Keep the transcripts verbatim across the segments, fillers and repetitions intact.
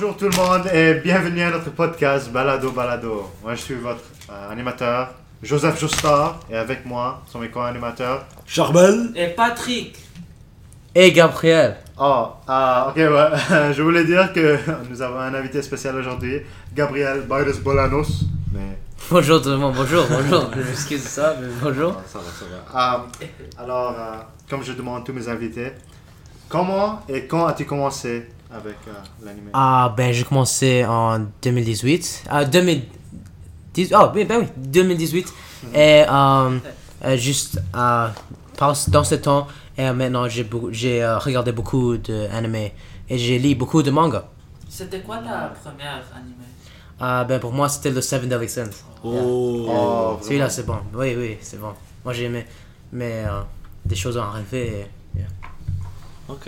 Bonjour tout le monde et bienvenue à notre podcast Balado Balado. Moi je suis votre euh, animateur Joseph Joestar et avec moi sont mes co-animateurs Charbel et Patrick et Gabriel. Oh, ah, ok, ouais. Je voulais dire que nous avons un invité spécial aujourd'hui, Gabriel Baires Bolanos. Mais... Bonjour tout le monde, bonjour, bonjour. Je m'excuse de ça, mais bonjour. Oh, ça va, ça va. Euh, alors, euh, comme je demande à tous mes invités, comment et quand as-tu commencé avec euh, l'anime? Ah, ben j'ai commencé en deux mille dix-huit. Ah, deux mille dix... Oh, ben, ben oui, deux mille dix-huit. Mm-hmm. Et euh, euh, juste euh, dans ce temps, et maintenant j'ai, beaucoup, j'ai euh, regardé beaucoup d'anime et j'ai lu beaucoup de mangas. C'était quoi ta première anime? Ah, ben pour moi c'était le Seven Deadly Sins. Oh, Yeah. Oh Celui-là c'est bon, oui, oui, c'est bon. Moi j'ai aimé, mais euh, des choses ont arrivé. Et, yeah. Ok.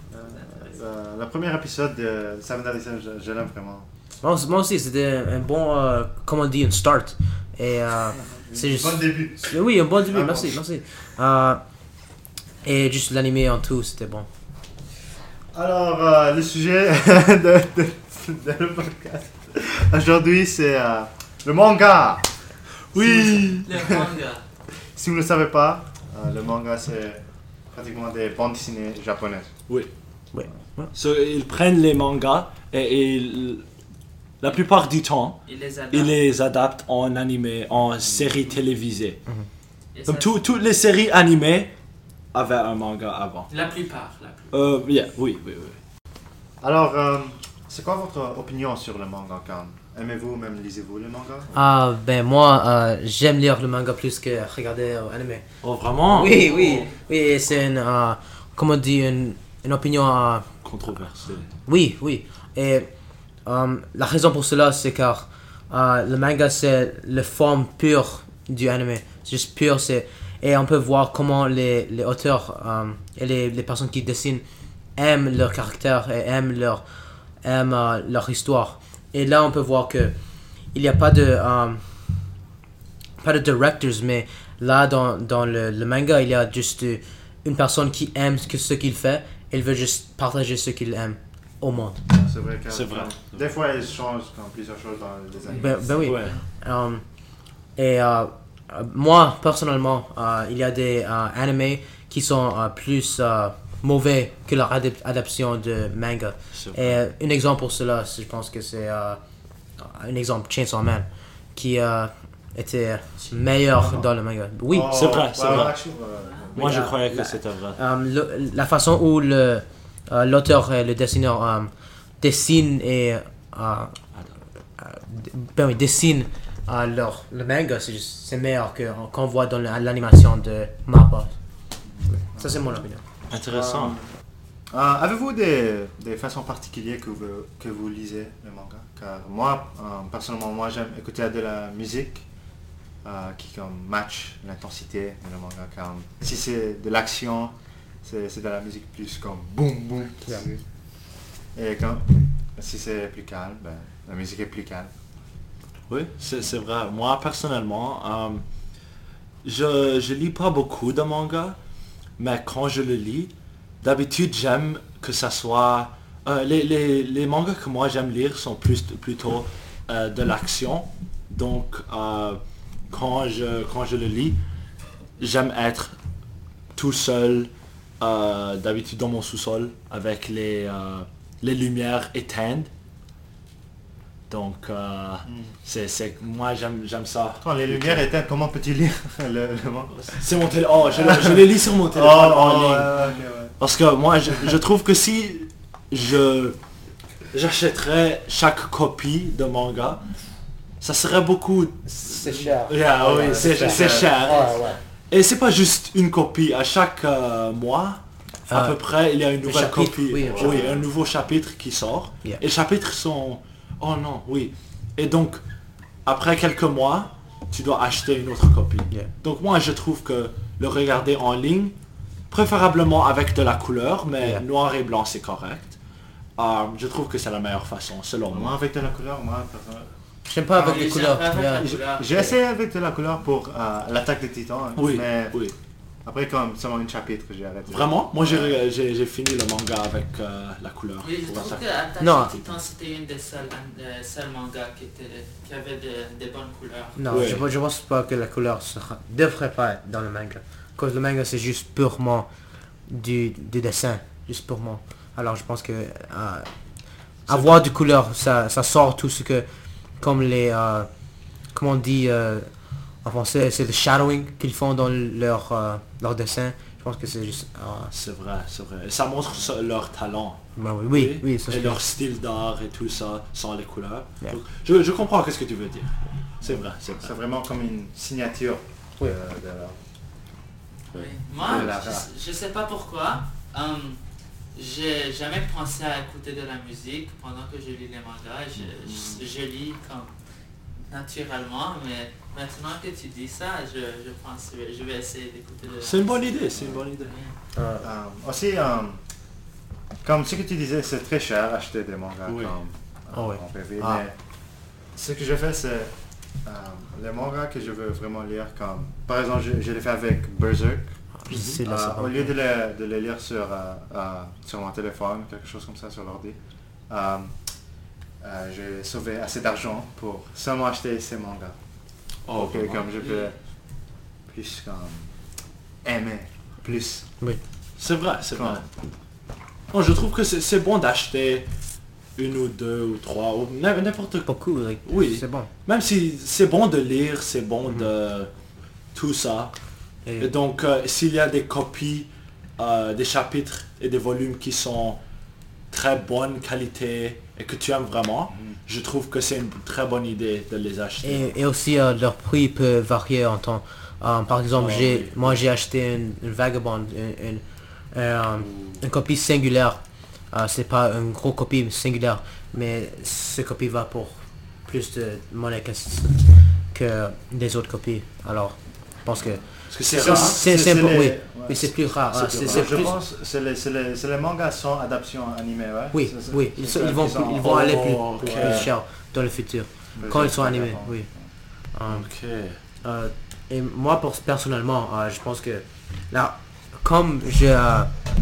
Euh, le premier épisode de Seven Deadly Sins, je, je l'aime vraiment. Moi, moi aussi, c'était un bon, euh, comment on dit, un start. Et euh, c'est juste... Un bon début. Oui, un bon début, Ah, merci, bon. merci. Euh, et juste l'animé en tout, c'était bon. Alors, euh, le sujet de, de, de le podcast aujourd'hui, c'est euh, le manga. Oui. Le manga. Si vous ne le savez pas, euh, le manga, c'est pratiquement des bandes dessinées japonaises. Oui. Oui. So, ils prennent les mangas et, et la plupart du temps, Il les adapte. ils les adaptent en animé, en série télévisée. Et Comme ça- tout- toutes les séries animées avaient un manga avant. La plupart, la plupart. Euh, yeah, oui, oui, oui. Alors, euh, c'est quoi votre opinion sur le manga, Kan? Aimez-vous, même lisez-vous le manga? Ah, ben moi, euh, j'aime lire le manga plus que regarder l'animé. Oh, vraiment? Oui, oui, oui, c'est une, euh, comment on dit, une, une opinion... Euh, Controversé. Oui, oui. Et euh, la raison pour cela, c'est car euh, le manga, c'est la forme pure du anime. C'est juste pur. C'est... Et on peut voir comment les, les auteurs euh, et les, les personnes qui dessinent aiment leur caractère et aiment leur, aiment, euh, leur histoire. Et là, on peut voir que il n'y a pas de, euh, pas de directors, mais là, dans, dans le, le manga, il y a juste euh, une personne qui aime ce qu'il fait. Il veut juste partager ce qu'il aime au monde. C'est vrai que C'est vrai. des fois, ils changent comme plusieurs choses dans les animes. Ben, ben oui. Ouais. Um, et euh, euh, moi, personnellement, euh, il y a des euh, animés qui sont euh, plus euh, mauvais que leur adap- adaptation de manga. C'est Et vrai. euh, un exemple pour cela, c'est- je pense que c'est euh, un exemple, Chainsaw Man, qui euh, était meilleur dans le manga. Oui. Oh, c'est vrai, c'est ouais, vrai. action, euh, Moi, Oui, je euh, croyais que la- c'était vrai. Um, le- la façon où le, euh, l'auteur et le dessineur um, dessinent et euh, euh, ben oui, dessinent euh, leur, le manga, c'est, juste, c'est meilleur que, qu'on voit dans la- l'animation de Mappa. Ça, c'est mon opinion. Intéressant. Euh, avez-vous des, des façons particulières que vous, que vous lisez le manga? Car moi, euh, personnellement, moi j'aime écouter de la musique euh, qui comme match l'intensité de le manga. Car si c'est de l'action, c'est, c'est de la musique plus comme boum boum. Et quand, si c'est plus calme, ben, la musique est plus calme. Oui, c'est, c'est vrai. Moi, personnellement, euh, je, je lis pas beaucoup de mangas, mais quand je le lis, d'habitude, j'aime que ça soit... euh, les, les, les mangas que moi j'aime lire sont plus, plutôt euh, de l'action. Donc, euh, quand, je, quand je le lis, j'aime être tout seul, euh, d'habitude dans mon sous-sol, avec les, euh, les lumières éteintes. Donc, euh, c'est, c'est, moi j'aime, j'aime ça. Quand les lumières éteintes, comment peux-tu lire le, le manga? C'est mon téléphone. Oh, je, le- je les lis sur mon Oh, téléphone en oh, ligne. ouais, ouais, ok, ouais. Parce que moi, je, je trouve que si je j'achèterais chaque copie de manga, ça serait beaucoup. C'est cher. Yeah, oui, c'est, c'est cher. Ouais, ouais. Et c'est pas juste une copie. À chaque euh, mois, à Euh, peu près, il y a une nouvelle chapitre, copie. oui, un Oui, chapitre. un nouveau chapitre qui sort. Yeah. Et les chapitres sont... Oh non, oui. Et donc, après quelques mois, tu dois acheter une autre copie. Yeah. Donc moi, je trouve que le regarder en ligne, préférablement avec de la couleur, mais Yeah. noir et blanc, c'est correct. Euh, je trouve que c'est la meilleure façon, selon Moi, moi. avec de la couleur, moi, personnellement, J'aime pas avec Ah, les oui, couleurs. j'aime pas avec Yeah. la couleur. j'ai essayé avec de la couleur pour euh, l'attaque des titans, Oui, mais oui. Après, comme seulement une chapitre, j'ai arrêté. Vraiment? Moi, j'ai j'ai- j'ai fini le manga avec euh, la couleur. Oui, je Pour trouve ça. que Attack Non. on Titan, c'était une des seuls, euh, seuls mangas qui, était, qui avait de- des bonnes couleurs. Non, Ouais. je, je pense pas que la couleur sera, devrait pas être dans le manga. Parce que le manga c'est juste purement du, du dessin, juste purement. Alors je pense que euh, avoir du couleur, ça, ça sort tout ce que, comme les, euh, comment on dit euh, en français, c'est le shadowing qu'ils font dans leur, euh, leur dessin. Je pense que c'est juste... euh, C'est vrai, c'est vrai. Et ça montre ça- leur talent. bah oui, oui, oui, ça et c'est... leur style d'art et tout ça, sans les couleurs. Yeah. Donc, je, je comprends qu'est-ce que tu veux dire. C'est vrai, c'est C'est vrai. vraiment comme une signature Oui. de, de leur- Oui. Moi, De la je, race. je sais pas pourquoi, hum, j'ai jamais pensé à écouter de la musique pendant que je lis les mangas. Je, je, je lis comme naturellement, mais maintenant que tu dis ça, je, je pense que je vais essayer d'écouter de la C'est une bonne musique. idée, c'est une bonne idée. Oui. euh, Euh, aussi, euh, comme ce que tu disais, c'est très cher acheter des mangas Oui. comme Ah oui. en P V, Ah. mais ce que je fais, c'est euh, les mangas que je veux vraiment lire, comme par exemple, je, je l'ai fait avec Berserk. c'est Euh, là, ça. au lieu de les, de les lire sur, euh, euh, sur mon téléphone, quelque chose comme ça, sur l'ordi, euh, euh, j'ai sauvé assez d'argent pour seulement acheter ces mangas. Oh, Ok, vraiment. comme je peux plus comme aimer plus. C'est vrai, c'est vrai. Comme- Non, je trouve que c'est c'est bon d'acheter une ou deux ou trois ou n- n'importe quoi. Beaucoup, like, Oui. c'est bon. Même si c'est bon de lire, c'est bon Mhm. de tout ça. Et- Et donc, euh, s'il y a des copies, euh, des chapitres et des volumes qui sont très bonne qualité et que tu aimes vraiment, Mhm. je trouve que c'est une très bonne idée de les acheter. Et, et aussi euh, leur prix peut varier en temps. Euh, par exemple, Oh, j'ai, oui. moi j'ai acheté une, une Vagabond, une, une, euh, une copie singulière. Euh, c'est pas une grosse copie singulière, mais cette copie va pour plus de monnaie que, que des autres copies. Alors, je pense que Parce que c'est ça, rare. c'est, c'est, c'est un peu- les- oui, ouais, oui, c'est plus rare. c'est Ah, plus c'est, rare. c'est je plus- pense que c'est les, c'est les, c'est les mangas sans adaptation animée, ouais. oui, C'est- c'est- oui, ils, c'est sont- ça ils vont, qui sont- plus- ils vont aller plus, Oh, plus, ok. plus cher dans le futur. Quand ils sont animés, oui. Euh, Ok. Euh, et moi, pour, personnellement, euh, je pense que là, comme je, euh,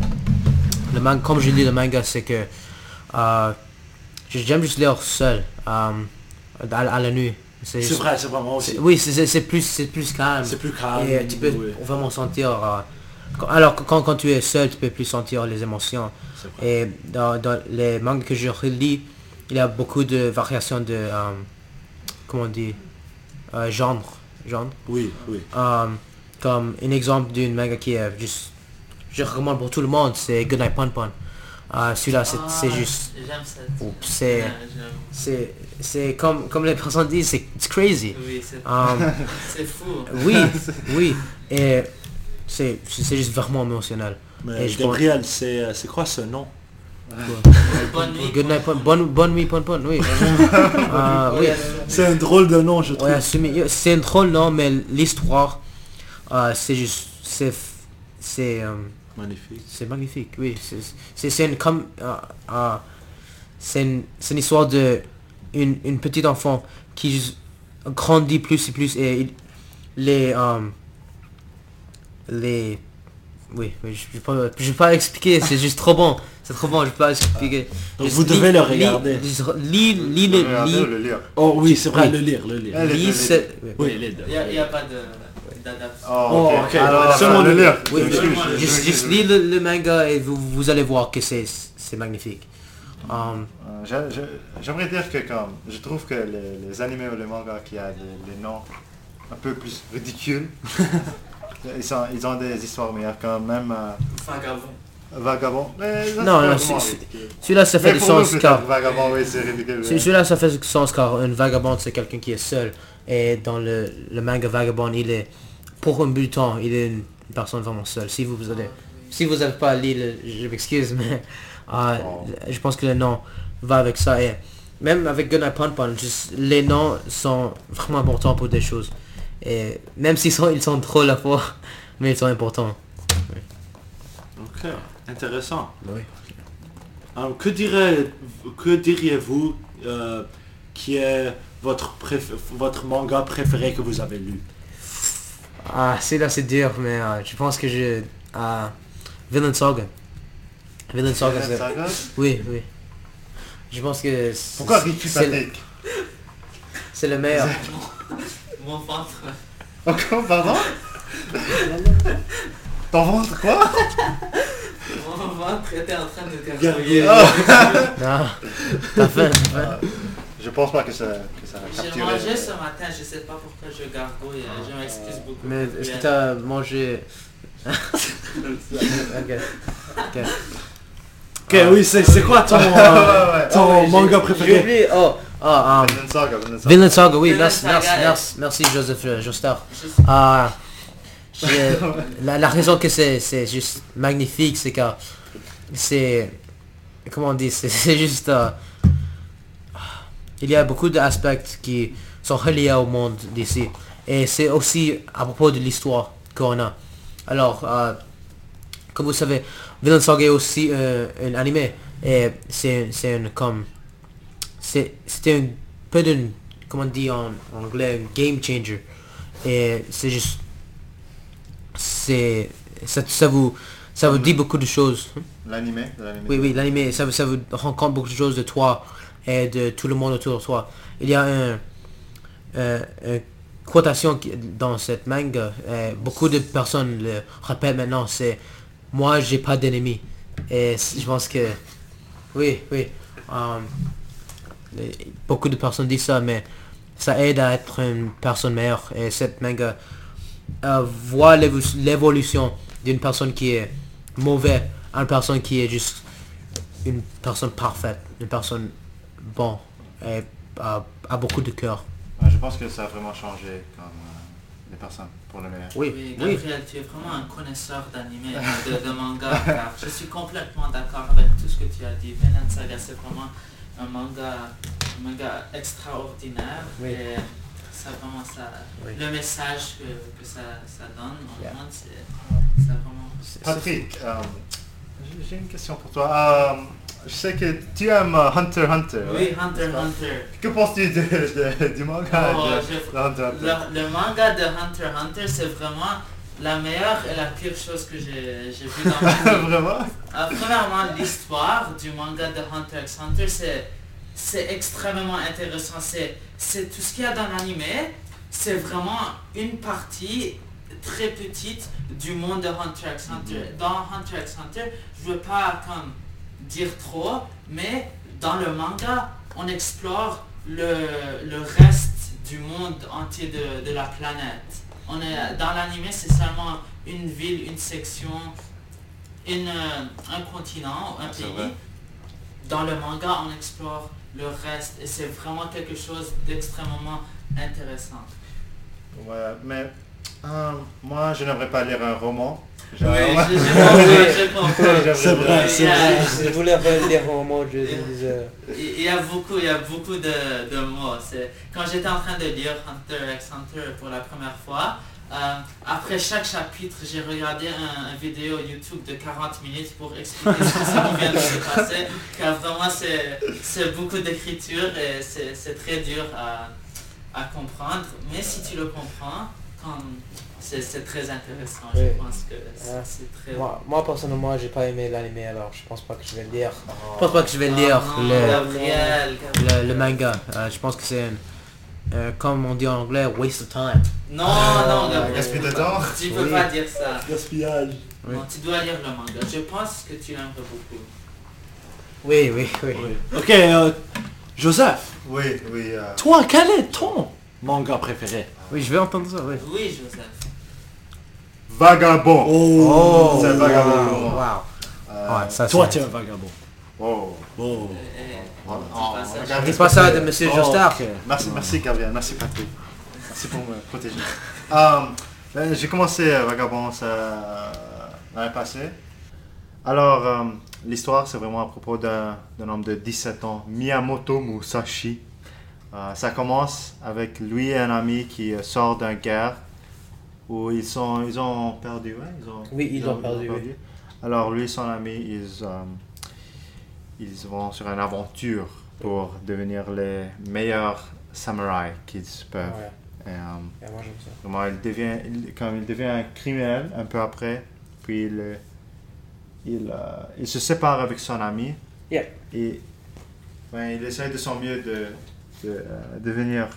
le man- comme je lis le manga, c'est que euh, j'aime juste lire seul euh, à, à la nuit. C'est juste- vrai, c'est vraiment c'est- aussi. Oui, c'est- c'est c'est plus, c'est plus calme. C'est plus calme. Et euh, tu peux oui, vraiment sentir. euh, quand- alors que quand, quand tu es seul, tu peux plus sentir les émotions. c'est vrai. Et dans, dans les mangas que je relis, il y a beaucoup de variations de, euh, comment on dit, euh, genre, genre. Oui, oui. Euh, comme un exemple d'une manga qui est juste, je recommande pour tout le monde, c'est Goodnight Pon Pon. Euh, celui-là, c'est Ah, c'est juste, J'aime cette. oups, c'est, Ouais, j'aime. c'est, c'est comme, comme les personnes disent, c'est it's crazy. Oui, c'est Euh, c'est fou. oui, oui, et c'est, c'est juste vraiment émotionnel. Mais Et je pense- Gabriel, c'est euh, c'est quoi ce nom? Bonne nuit. Goodnight Pon, bonne, bonne nuit Pon Pon, oui. Euh, oui. C'est un drôle de nom, je trouve. Ouais, assumé. C'est un drôle nom, mais l'histoire, euh, c'est juste, c'est, c'est, euh, Magnifique. c'est magnifique, oui. C'est, c'est, c'est une comme, euh, euh, c'est une, c'est une histoire de une, une petite enfant qui juste grandit plus et plus et il- les, euh, les, oui, oui, je vais pas, je vais pas expliquer, c'est juste trop bon, c'est trop bon, je peux pas expliquer. Donc Juste vous devez le lis- regarder. Lis, lis, lis, le- Regardez lis, ou le lire. Oh oui, c'est vrai, Oui. le lire, le lire. Elle est- lis, c'est- oui. Oui, les deux. Il n'y a, il y a pas de d'adaptation. Oh, Oh, ok. ok. Alors, Seulement le le- lire. Oui, Je m'excuse, je- juste, je- juste je- lis le, le manga et vous, vous allez voir que c'est, c'est magnifique. Um, Euh, je- je- J'aimerais dire que comme je trouve que les, les animés ou les mangas qui a des, des noms un peu plus ridicules, ils, sont, ils ont des histoires meilleures quand même. Euh, Vagabond. Vagabond. Mais ça, Non, c'est non, pas c'est- vraiment c'est- ridicule. celui-là, ça fait Mais du pour nous, sens peut-être, car... Vagabond, oui, c'est ridicule. ce- mais- Celui-là, ça fait du sens car un vagabond, c'est quelqu'un qui est seul. Et dans le, le manga Vagabond, il est, pour un bout de temps, il est une personne vraiment seule. Si vous, vous allez, si vous n'avez pas lu, le- je m'excuse, mais euh, Oh. je pense que le nom va avec ça. Et même avec Goodnight Pon Pon, juste, les noms sont vraiment importants pour des choses. Et même s'ils sont, ils sont drôles à fois, mais ils sont importants. Ok, intéressant. Oui. Alors, que dirait, que diriez-vous euh, qui est votre préf- votre manga préféré que vous avez lu? Ah, c'est là, c'est dur, mais euh, je pense que je... Euh, Vinland Saga. Vinland Saga, c'est... Saga? Oui, oui. Je pense que... c'est- Pourquoi ris-tu, c'est le- Patrick? C'est le meilleur. Mon ventre. Encore, pardon? Ton ventre, quoi? Mon ventre était en train de gargouiller. Ah. Non, t'as faim, t'as faim. Ah, je pense pas que ça, que ça a J'ai capturé. mangé ce matin, je sais pas pourquoi je gargouille, je m'excuse beaucoup. Mais est-ce que t'as mangé... Ok. Ok. Ok, oui, c'est c'est quoi ton, Ouais, euh, ouais. ton Ah ouais, manga j'ai- J'ai préféré? oublié, oh, ah, um, Vinland Saga, Vinland Saga. Vinland Saga, oui, Vinland merci, Saga merci, est- merci, merci Joseph euh, Joestar. Je- Ah, j'ai- la, la raison que c'est c'est juste magnifique, c'est que c'est... Comment on dit? C'est c'est juste... euh, il y a beaucoup d'aspects qui sont reliés au monde d'ici. Et c'est aussi à propos de l'histoire qu'on a. Alors, euh, comme vous savez, Vinland Saga est aussi euh, un animé. Et c'est c'est une comme... c'est- C'était un peu d'une... Comment on dit en anglais? Un game changer. Et c'est juste... C'est... Ça, ça vous... Ça vous dit beaucoup de choses. L'anime, de l'anime. Oui, oui, l'anime, ça, ça vous rend compte beaucoup de choses de toi et de tout le monde autour de toi. Il y a un, euh, une quotation qui- dans cette manga, euh, beaucoup de personnes le rappellent maintenant, c'est « Moi, j'ai pas d'ennemis ». Et c- je pense que... Oui, oui. euh, les- beaucoup de personnes disent ça, mais ça aide à être une personne meilleure. Et cette manga euh, voit l'évo- l'évolution d'une personne qui est mauvaise à une personne qui est juste une personne parfaite, une personne bon et a, a beaucoup de cœur. Ouais, je pense que ça a vraiment changé comme euh, les personnes pour le meilleur. Oui, Oui, oui. Gabriel, tu es vraiment un connaisseur d'anime et de, de manga, car je suis complètement d'accord avec tout ce que tu as dit. Vinland Saga, c'est vraiment un manga, un manga extraordinaire Oui. et ça vraiment ça, Oui. le message que, que ça, ça donne au Yeah. monde, c'est c'est vraiment... C'est- Patrick, euh, j'ai- j'ai une question pour toi. Euh, je sais que tu aimes euh, Hunter x Hunter. Oui, ouais? Hunter x Hunter. Que penses-tu de, de- du manga Oh, de, je- de Hunter x Hunter? Le, le manga de Hunter x Hunter, c'est vraiment la meilleure et la pire chose que j'ai j'ai vue dans ma vie. Vraiment? Euh, premièrement, l'histoire du manga de Hunter x Hunter, c'est c'est extrêmement intéressant. C'est c'est tout ce qu'il y a dans l'anime, c'est vraiment une partie très petite du monde de Hunter x Hunter. Dans Hunter x Hunter, je veux pas comme dire trop, mais dans le manga, on explore le, le reste du monde entier de, de la planète. On est, dans l'anime, c'est seulement une ville, une section, une, euh, un continent, un C'est pays. vrai. Dans le manga, on explore le reste et c'est vraiment quelque chose d'extrêmement intéressant. Ouais, mais euh, moi je n'aimerais pas lire un roman. Oui, J'aimerais- je, je comprends, je comprends. J'aimerais C'est lire- vrai, c'est Il y a- vrai. Je voulais dire au moment je disais... Il y a beaucoup, il y a beaucoup de, de mots. C'est, quand j'étais en train de lire Hunter x Hunter pour la première fois, euh, après chaque chapitre, j'ai regardé un, un vidéo YouTube de quarante minutes pour expliquer ce qui vient de se passer, car vraiment c'est, c'est beaucoup d'écriture et c'est, c'est très dur à, à comprendre. Mais si tu le comprends, comme, c'est, c'est très intéressant. Oui. Je pense que c'est, Ouais. c'est très... Moi, moi personnellement, j'ai pas aimé l'anime, alors je pense pas que je vais le lire. Oh. Je pense pas que je vais lire Ah non, le, Gabriel, Gabriel. le, le manga. Euh, je pense que c'est un, euh, comme on dit en anglais, waste of time. Non, Euh, non, Gabriel. gaspille de temps. Tu peux Oui. pas dire ça. Gaspillage. Oui. Non, tu dois lire le manga. Je pense que tu l'aimerais beaucoup. Oui, oui, oui. Ok, euh, Joseph, Oui, oui. euh, toi, quel est ton manga préféré? Oui, je vais entendre ça, oui. Oui, Joseph. Vagabond. Oh, C'est un vagabond. wow. wow. Euh, Ouais, ça, Toi, c'est- tu es un vagabond. oh. Oh. Eh, eh, Oh, dis oh, pas ça. regarde. Dis pas ça de Monsieur Oh, Joestar. ok. Merci, merci Gabriel, merci Patrick. Merci pour me protéger. Euh, ben, j'ai commencé euh, Vagabond ça, l'année passée. Alors, euh, l'histoire, c'est vraiment à propos d'un, d'un homme de dix-sept ans, Miyamoto Musashi. Euh, ça commence avec lui et un ami qui euh, sort d'une guerre où ils, sont, ils ont perdu. Ouais, ils ont, Oui, ils ont perdu, oui. Alors, lui et son ami, ils, euh, ils vont sur une aventure pour devenir les meilleurs samouraïs qu'ils peuvent Ouais. Et, euh, Et moi, j'aime ça. vraiment, il devient, il, comme il devient un criminel un peu après, puis il, euh, il, euh, il se sépare avec son ami. Yeah. Et ben, il essaie de son mieux de, de euh, devenir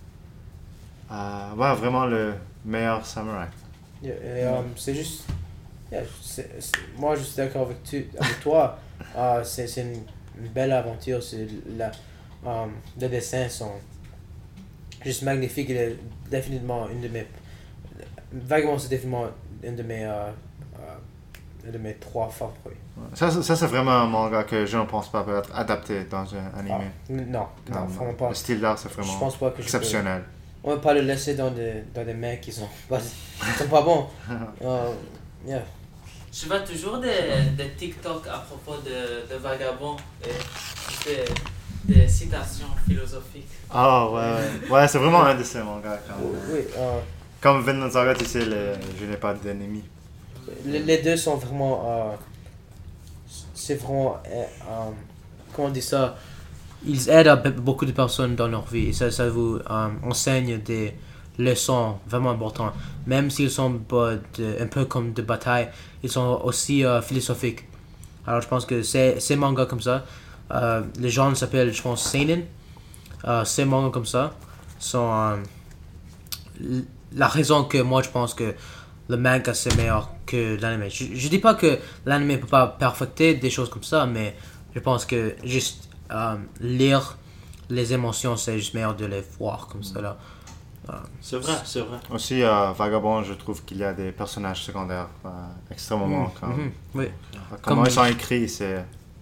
euh, ouais, vraiment le meilleur samouraï. Yeah, et, euh, c'est juste. Yeah, c'est- c'est- moi, je suis d'accord avec, tu, avec toi. Euh, c'est c'est une, une belle aventure. C'est la, euh, les dessins sont juste magnifiques. Il est définitivement une de mes. Vaguement, c'est définitivement une de mes. Euh, euh, une de mes trois favoris. Ça, ça, ça, c'est vraiment un manga que je ne pense pas peut être adapté dans un anime. Ah, non, non, Comme, vraiment pas. Le style d'art, c'est Je vraiment pense pas que je peux- exceptionnel. On va pas le laisser dans des, dans des mains qui sont pas, qui sont pas bons. Euh, yeah. Je vois toujours des, des TikTok à propos de, de vagabonds et des, des citations philosophiques. Ah ouais, ouais. Ouais, c'est vraiment un de ces mangas. Quand même. Oui, euh, Comme Vinland Saga, tu sais, le, je n'ai pas d'ennemis. les, les deux sont vraiment. Euh, c'est vraiment. Euh, euh, comment on dit ça? Ils aident à be- beaucoup de personnes dans leur vie. Et ça, ça vous euh, enseigne des leçons vraiment importantes. Même s'ils sont pas de- un peu comme de bataille, ils sont aussi euh, philosophiques. Alors je pense que ces, ces mangas comme ça, euh, les gens s'appellent, je pense, seinen. Euh, ces mangas comme ça sont euh, l- la raison que moi je pense que le manga c'est meilleur que l'anime. Je, je dis pas que l'anime peut pas perfecter des choses comme ça, mais je pense que juste euh, lire les émotions c'est juste meilleur de les voir comme ça là. C'est vrai, c'est vrai. Aussi, euh, Vagabond, je trouve qu'il y a des personnages secondaires euh, extrêmement. Mhm, comme- mhm, oui. Comment Comme- ils sont écrits, c'est.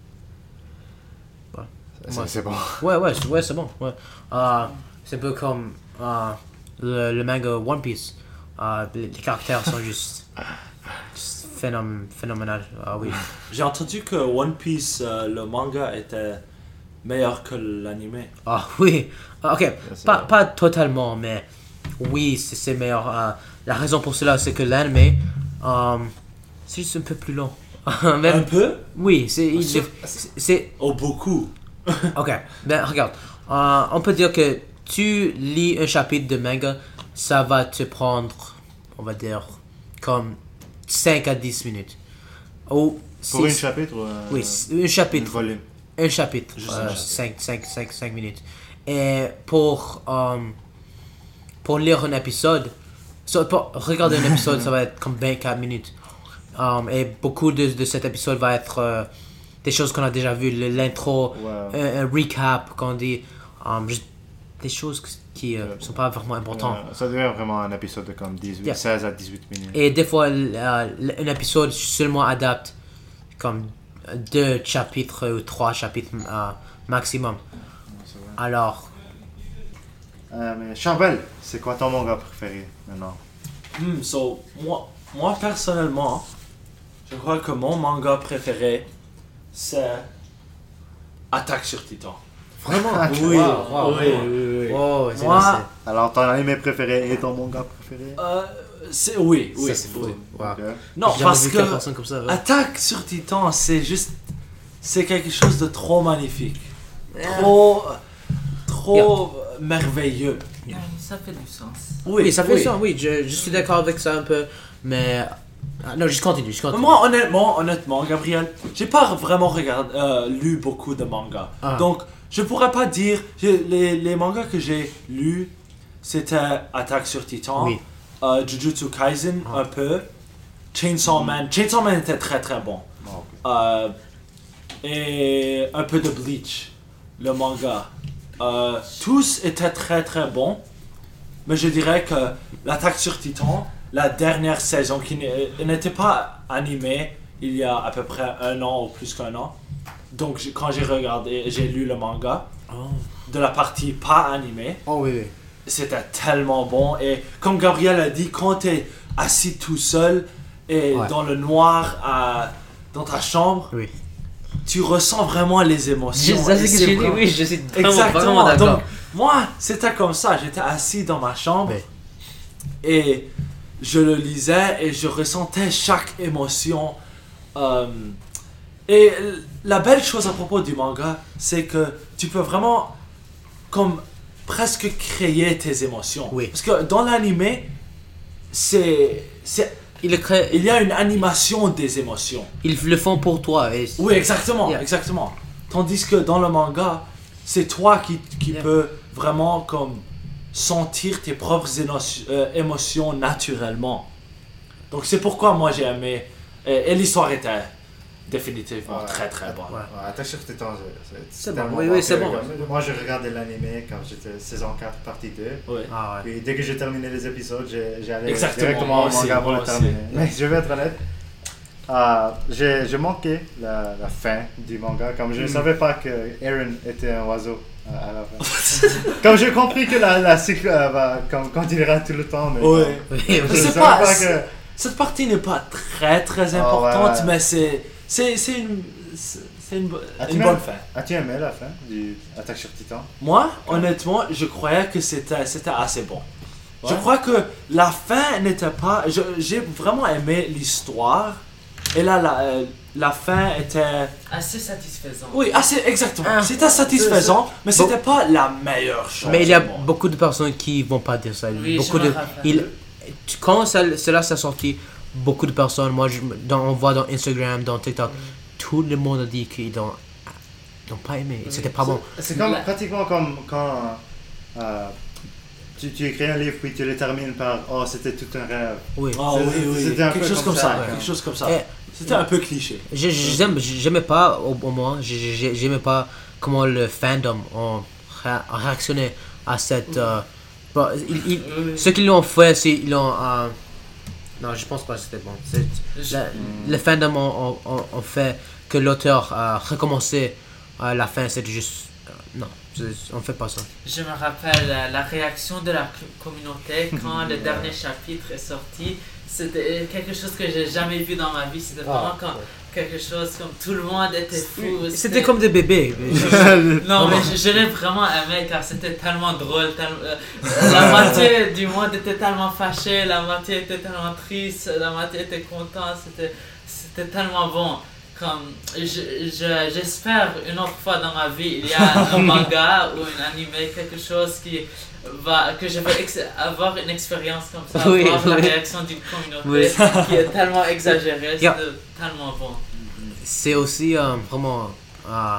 Ouais. C'est, Ouais. c'est bon. Ouais, ouais, c'est, ouais, c'est bon. Ouais. Euh, c'est un peu comme euh, le, le manga One Piece. Euh, les, les caractères sont juste, juste phénom- phénoménal. Ah oui. J'ai entendu que One Piece, euh, le manga, était meilleur que l'anime. Ah oui. Ah, ok, c'est pas, vrai. pas totalement, mais oui, c'est, c'est meilleur. Euh, la raison pour cela, c'est que l'anime, euh, c'est juste un peu plus long. Même- Un peu? oui, c'est, il- c'est- c'est, c'est- Oh, beaucoup. ok, ben regarde, euh, on peut dire que tu lis un chapitre de manga, ça va te prendre, on va dire, comme cinq à dix minutes. Ou Pour six- une chapitre ou un, oui, un un chapitre. volume. Un chapitre, Juste un cinq chapitre. minutes. Et pour, euh, pour lire un épisode, so, pour regarder un épisode, ça va être comme vingt-quatre minutes. Um, et beaucoup de, de cet épisode va être euh, des choses qu'on a déjà vues, le- l'intro, Ouais. un, un recap, qu'on dit, um, juste des choses qui ne sont pas vraiment importantes. Euh, ça devient vraiment un épisode de comme dix-huit, Yeah. seize à dix-huit minutes. Et des fois, l- euh, l- un épisode seulement adapte comme deux chapitres ou trois chapitres euh, maximum. C'est vrai. Alors, Euh, mais Charbel, c'est quoi ton manga préféré maintenant? Hmm, so, moi, moi, personnellement, je crois que mon manga préféré, c'est Attaque sur Titan. vraiment, Oui, wow, wow, oui, wow. oui, oui. Oh, c'est Moi, lancé. Alors, ton anime préféré et ton manga préféré? Euh, c'est, oui, oui. Ça, c'est fou. oui. Wow. Ok. Non, J'ai jamais parce vu quelque que personne comme ça. ouais. Attaque sur Titan, c'est juste... C'est quelque chose de trop magnifique. Trop... Trop merveilleux. Ouais, ça fait du sens. Oui, ça fait ça, oui, je, je suis d'accord avec ça un peu, mais... Ah, non, juste continue, juste continue. Moi, honnêtement, honnêtement, Gabriel, j'ai pas vraiment regardé, euh, lu beaucoup de mangas. Ah. Donc, je pourrais pas dire... j'ai- Les, les mangas que j'ai lus, c'était Attaque sur Titan, Oui. euh, Jujutsu Kaisen, Ah. un peu, Chainsaw Man. Chainsaw Man était très très bon. Bon, ok. Euh, et un peu de Bleach, le manga. Euh, tous étaient très très bons, mais je dirais que l'Attaque sur Titan, la dernière saison qui n'est- n'était pas animée il y a à peu près un an ou plus qu'un an, donc j'ai- quand j'ai regardé, j'ai lu le manga Oh, de la partie pas animée, oh oui, oui. c'était tellement bon. Et comme Gabriel a dit, quand tu es assis tout seul et Ouais. dans le noir à- dans ta chambre, Oui. tu ressens vraiment les Je, émotions. ça, Et c'est ce que c'est j'ai dit, vraiment- oui, je suis vraiment, Exactement. vraiment d'accord. Donc, moi, c'était comme ça. J'étais assis dans ma chambre Oui. et je le lisais et je ressentais chaque émotion. Euh, et l- la belle chose à propos du manga, c'est que tu peux vraiment comme presque créer tes émotions. Oui. Parce que dans l'animé, c'est, c'est, Ils le créent, il y a une animation des émotions. ils le font pour toi. Et Oui, exactement, Yeah. exactement. Tandis que dans le manga, c'est toi qui, qui Yeah. peux vraiment comme sentir tes propres éno- euh, émotions naturellement. Donc c'est pourquoi moi j'ai aimé. Et, et l'histoire était définitivement Ouais. très très bonne. Ouais. Ouais, Attaque sur Titan, c'est- c'est C'est tellement bon, oui, oui, que- c'est bon. comme- Moi, je regardais l'anime quand j'étais saison quatre, partie deux. Ouais. Ah ouais. Puis dès que j'ai terminé les épisodes, j'ai j'ai allé Exactement, directement moi au aussi, manga pour moi le aussi. terminer. Mais je vais être honnête, euh, j'ai j'ai manqué la, la fin du manga. Comme je ne Mm. savais pas que Eren était un oiseau euh, à la fin. Comme j'ai compris que la, la cycle euh, va comme, continuera tout le temps. Mais Ouais. comme- Oui, je oui. ne C'est savais pas- pas c'est- que... Cette partie n'est pas très très Ah, importante, ouais. mais c'est, c'est, c'est une, c'est c'est une, bo- As-tu une même- bonne fin. As-tu aimé la fin du Attaque sur Titan? Moi, honnêtement, je croyais que c'était, c'était assez bon. Je Ouais. crois que la fin n'était pas... je- j'ai vraiment aimé l'histoire. Et là, la, euh, la fin était... Assez satisfaisant. Oui, assez, exactement. Ah. C'était satisfaisant, mais Bon. c'était pas la meilleure chose. Mais il y a du monde. beaucoup de personnes qui vont pas dire ça. Oui, beaucoup je me de, rappelle. il, tu- quand ça- cela s'est sorti, beaucoup de personnes, moi je, dans, on voit dans Instagram, dans TikTok, tout le monde a dit qu'ils n'ont ils ont pas aimé. C'était pas bon. C'est comme, La- pratiquement comme quand euh, tu, tu écris un livre puis tu le termines par « Oh, c'était tout un rêve Oui. Ah C'est- oui, oui, c'était un quelque peu chose comme comme ça, ça, ouais. quelque chose comme ça. Et C'était un peu cliché. je- j'aime- j'aimais pas, au, au moins, j'ai- j'ai- j'aimais pas comment le fandom ont ré- a réactionné à cette. euh, bon, ils- ils- Oui. ce qu'ils l'ont fait, c'est ils l'ont. euh, non, je pense pas que c'était bon. C'est- Je- la- Le fandom ont, ont- ont- ont fait que l'auteur a recommencé à la fin, c'était juste. euh, non, c'est- on fait pas ça. Je me rappelle euh, la réaction de la co- communauté quand le dernier chapitre est sorti. C'était quelque chose que j'ai jamais vu dans ma vie. C'était vraiment comme quelque chose comme tout le monde était fou. C'était comme des bébés. Non, mais je, je l'ai vraiment aimé car c'était tellement drôle. tel- euh, la moitié du monde était tellement fâché, la moitié était tellement triste, la moitié était contente. C'était, c'était tellement bon. Comme, je, je- j'espère une autre fois dans ma vie, il y a un manga ou un animé, quelque chose qui va, que je vais ex- avoir une expérience comme ça, Oui, voir la oui. réaction d'une communauté qui est tellement exagérée, Yeah. c'est tellement bon. C'est aussi euh, vraiment euh,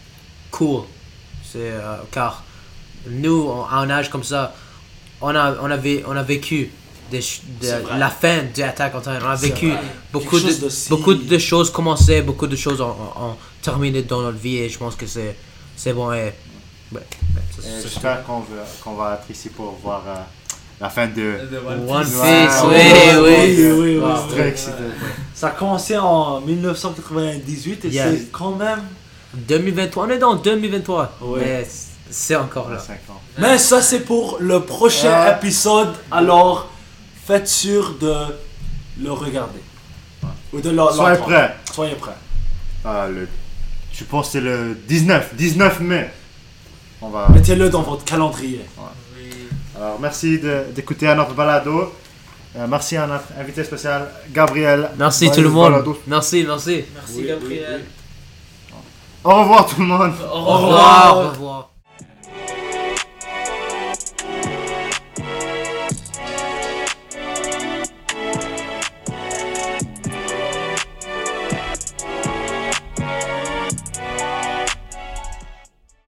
cool. C'est, euh, car nous, en- à un âge comme ça, on a, on avait, on a vécu des ch- de- C'est vrai. la fin de Attack on Titan. On a C'est vécu vrai. beaucoup Quelque chose de, d'aussi- beaucoup de choses commencer, beaucoup de choses ont, ont- ont terminé dans notre vie et je pense que c'est, c'est bon. Et, ouais, ouais, ça, Et ça, j'espère qu'on va, qu'on va être ici pour voir euh, la fin de... One Piece, Ouais, oui, ouais, oui. oui, oui, Je oui. suis très excité. Ça a commencé en dix-neuf quatre-vingt-dix-huit et Yeah. c'est quand même... deux mille vingt-trois, on est dans deux mille vingt-trois. Ouais. Mais c'est encore là. cinq ans. Mais ça c'est pour le prochain Ouais. épisode, alors faites sûr de le regarder. Ou de le- Soyez l'entendre. prêts. Soyez prêts. Ah, le... Je pense que c'est le dix-neuf, dix-neuf mai. On va... Mettez-le dans votre calendrier. Oui. Alors, merci de- d'écouter à notre balado. Euh, merci à notre invité spécial, Gabriel. Merci Balado- tout le monde. balado. Merci, merci. Merci Oui, oui, Gabriel. oui. Au revoir tout le monde. Au Au revoir. revoir. Au revoir.